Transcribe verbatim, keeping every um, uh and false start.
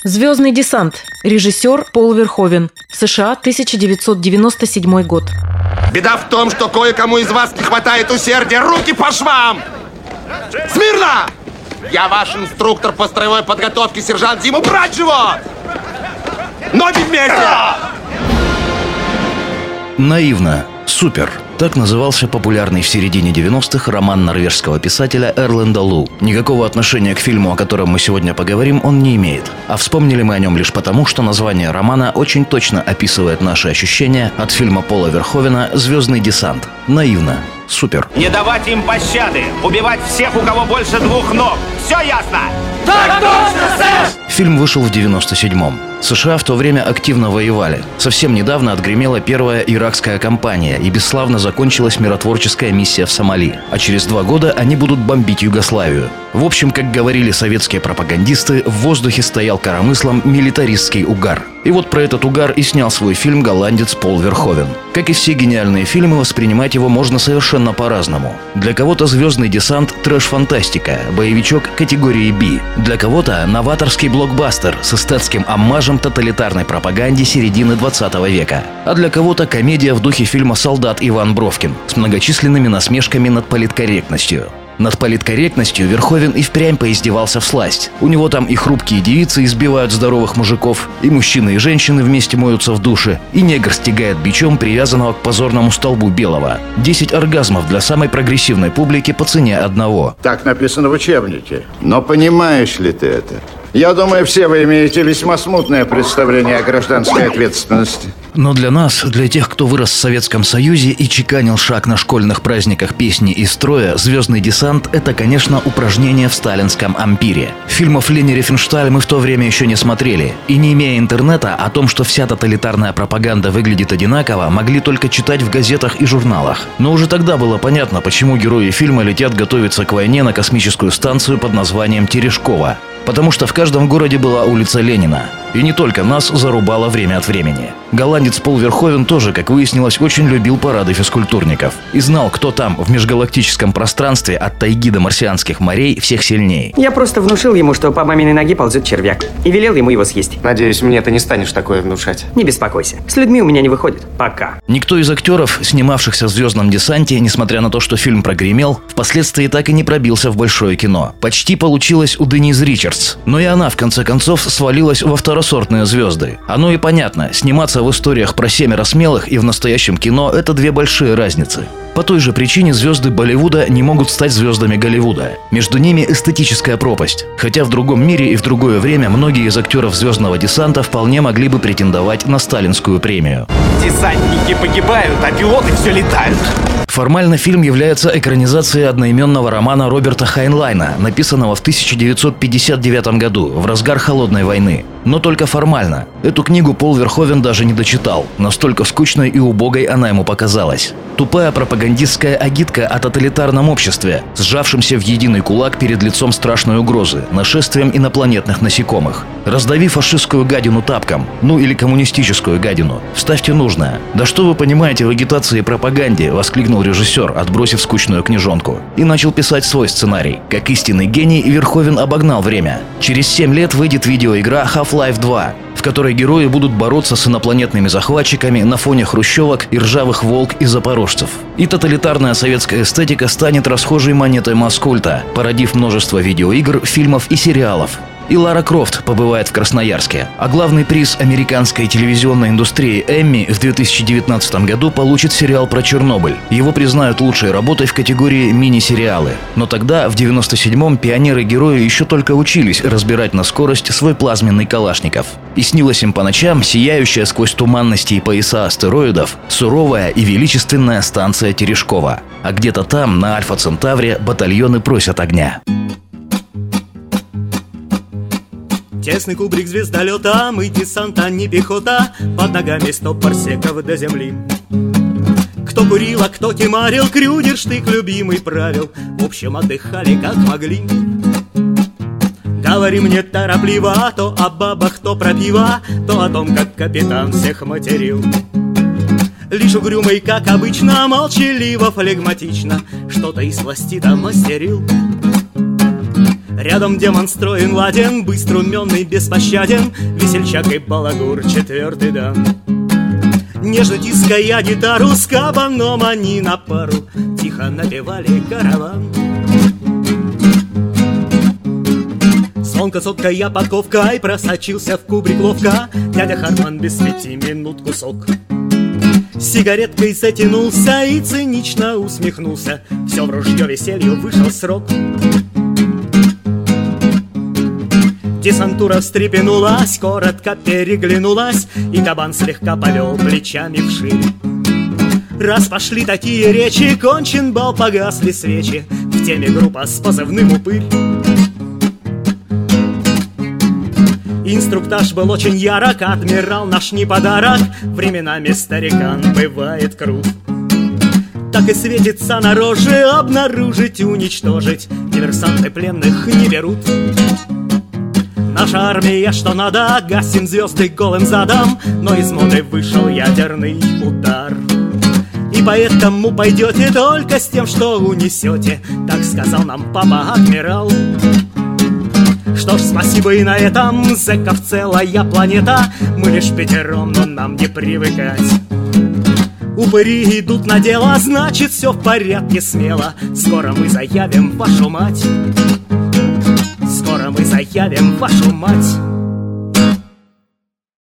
«Звездный десант». Режиссер Пол Верховен. США, тысяча девятьсот девяносто седьмой год. Беда в том, что кое-кому из вас не хватает усердия. Руки по швам! Смирно! Я ваш инструктор по строевой подготовке, сержант Зим. Убрать живот! Ноги вместе! Наивно. Супер. Так назывался популярный в середине девяностых роман норвежского писателя Эрленда Лу. Никакого отношения к фильму, о котором мы сегодня поговорим, он не имеет. А вспомнили мы о нем лишь потому, что название романа очень точно описывает наши ощущения от фильма Пола Верховена «Звездный десант». Наивно. Супер. Не давать им пощады! Убивать всех, у кого больше двух ног! Все ясно? Так точно, сэр! Фильм вышел в девяносто седьмом. США в то время активно воевали. Совсем недавно отгремела первая иракская кампания и бесславно закончилась миротворческая миссия в Сомали. А через два года они будут бомбить Югославию. В общем, как говорили советские пропагандисты, в воздухе стоял коромыслом милитаристский угар. И вот про этот угар и снял свой фильм голландец Пол Верховен. Как и все гениальные фильмы, воспринимать его можно совершенно по-разному. Для кого-то «Звездный десант» – трэш-фантастика, боевичок категории Би. Для кого-то новаторский блокбастер с эстетским оммажем тоталитарной пропаганде середины двадцатого века. А для кого-то комедия в духе фильма «Солдат Иван Бровкин» с многочисленными насмешками над политкорректностью. Над политкорректностью Верховен и впрямь поиздевался всласть. У него там и хрупкие девицы избивают здоровых мужиков, и мужчины и женщины вместе моются в душе, и негр стягает бичом привязанного к позорному столбу белого. Десять оргазмов для самой прогрессивной публики по цене одного. Так написано в учебнике. Но понимаешь ли ты это? Я думаю, все вы имеете весьма смутное представление о гражданской ответственности. Но для нас, для тех, кто вырос в Советском Союзе и чеканил шаг на школьных праздниках песни и строя, «Звездный десант» — это, конечно, упражнение в сталинском ампире. Фильмов Лени Рифеншталь мы в то время еще не смотрели. И не имея интернета, о том, что вся тоталитарная пропаганда выглядит одинаково, могли только читать в газетах и журналах. Но уже тогда было понятно, почему герои фильма летят готовиться к войне на космическую станцию под названием Терешкова. Потому что в каждом городе была улица Ленина. И не только нас зарубало время от времени. Голландец Пол Верховен тоже, как выяснилось, очень любил парады физкультурников. И знал, кто там, в межгалактическом пространстве, от тайги до марсианских морей, всех сильней. Я просто внушил ему, что по маминой ноге ползет червяк. И велел ему его съесть. Надеюсь, мне ты не станешь такое внушать. Не беспокойся. С людьми у меня не выходит. Пока. Никто из актеров, снимавшихся в «Звездном десанте», несмотря на то, что фильм прогремел, впоследствии так и не пробился в большое кино. Почти получилось у Дениз Ричардс. Но и она, в конце концов, свалилась во второсортные звезды. Оно и понятно, сниматься в историях про семеро смелых и в настоящем кино – это две большие разницы. По той же причине звезды Болливуда не могут стать звездами Голливуда. Между ними эстетическая пропасть. Хотя в другом мире и в другое время многие из актеров «Звездного десанта» вполне могли бы претендовать на сталинскую премию. Десантники погибают, а пилоты все летают. Формально фильм является экранизацией одноименного романа Роберта Хайнлайна, написанного в тысяча девятьсот пятьдесят девятом году, в разгар Холодной войны. Но только формально. Эту книгу Пол Верховен даже не дочитал. Настолько скучной и убогой она ему показалась. Тупая пропагандистская агитка о тоталитарном обществе, сжавшемся в единый кулак перед лицом страшной угрозы – нашествием инопланетных насекомых. Раздави фашистскую гадину тапком, ну или коммунистическую гадину. Вставьте нужное. Да что вы понимаете в агитации и пропаганде, воскликнул режиссер, отбросив скучную книжонку. И начал писать свой сценарий. Как истинный гений, Верховен обогнал время. Через семь лет выйдет видеоигра Half-Life два, в которой герои будут бороться с инопланетными захватчиками на фоне хрущевок и ржавых волк и запорожцев. И тоталитарная советская эстетика станет расхожей монетой масс-культа, породив множество видеоигр, фильмов и сериалов. И Лара Крофт побывает в Красноярске. А главный приз американской телевизионной индустрии Эмми в две тысячи девятнадцатом году получит сериал про Чернобыль. Его признают лучшей работой в категории мини-сериалы. Но тогда, в девяносто седьмом, пионеры-герои еще только учились разбирать на скорость свой плазменный калашников. И снилась им по ночам сияющая сквозь туманности и пояса астероидов суровая и величественная станция Терешкова. А где-то там, на Альфа Центавре, батальоны просят огня. Тесный кубрик звездолета, мы десант, а не пехота, под ногами сто парсеков до земли. Кто курил, а кто кемарил, крюгер штык любимый правил, в общем отдыхали как могли. Говори мне торопливо, то о бабах, то про пиво, то о том, как капитан всех материл. Лишь угрюмый, как обычно, молчаливо, флегматично, что-то из власти там мастерил. Рядом демон строен, ладен, быстро, уменный, беспощаден, весельчак и балагур, четвертый дан. Нежно тиская гитару, с кабаном они на пару тихо напевали караван. Звонко соткая подковкой просочился в кубрик ловко дядя Хартман без пяти минут кусок. Сигареткой затянулся и цинично усмехнулся. Все в ружье веселью вышел срок. Десантура встрепенулась, коротко переглянулась, и кабан слегка повел плечами вширь. Раз пошли такие речи, кончен бал, погасли свечи, в теме группа с позывным «Упырь». Инструктаж был очень ярок, адмирал наш не подарок, временами старикан бывает крут. Так и светится на роже, обнаружить, уничтожить, диверсанты пленных не берут. Наша армия, что надо, гасим звезды голым задом, но из моды вышел ядерный удар. И поэтому пойдете только с тем, что унесете, так сказал нам папа адмирал. Что ж, спасибо и на этом, зэков целая планета, мы лишь пятером, но нам не привыкать. Упыри идут на дело, значит все в порядке смело, скоро мы заявим вашу мать. Скоро мы заявим вашу мать.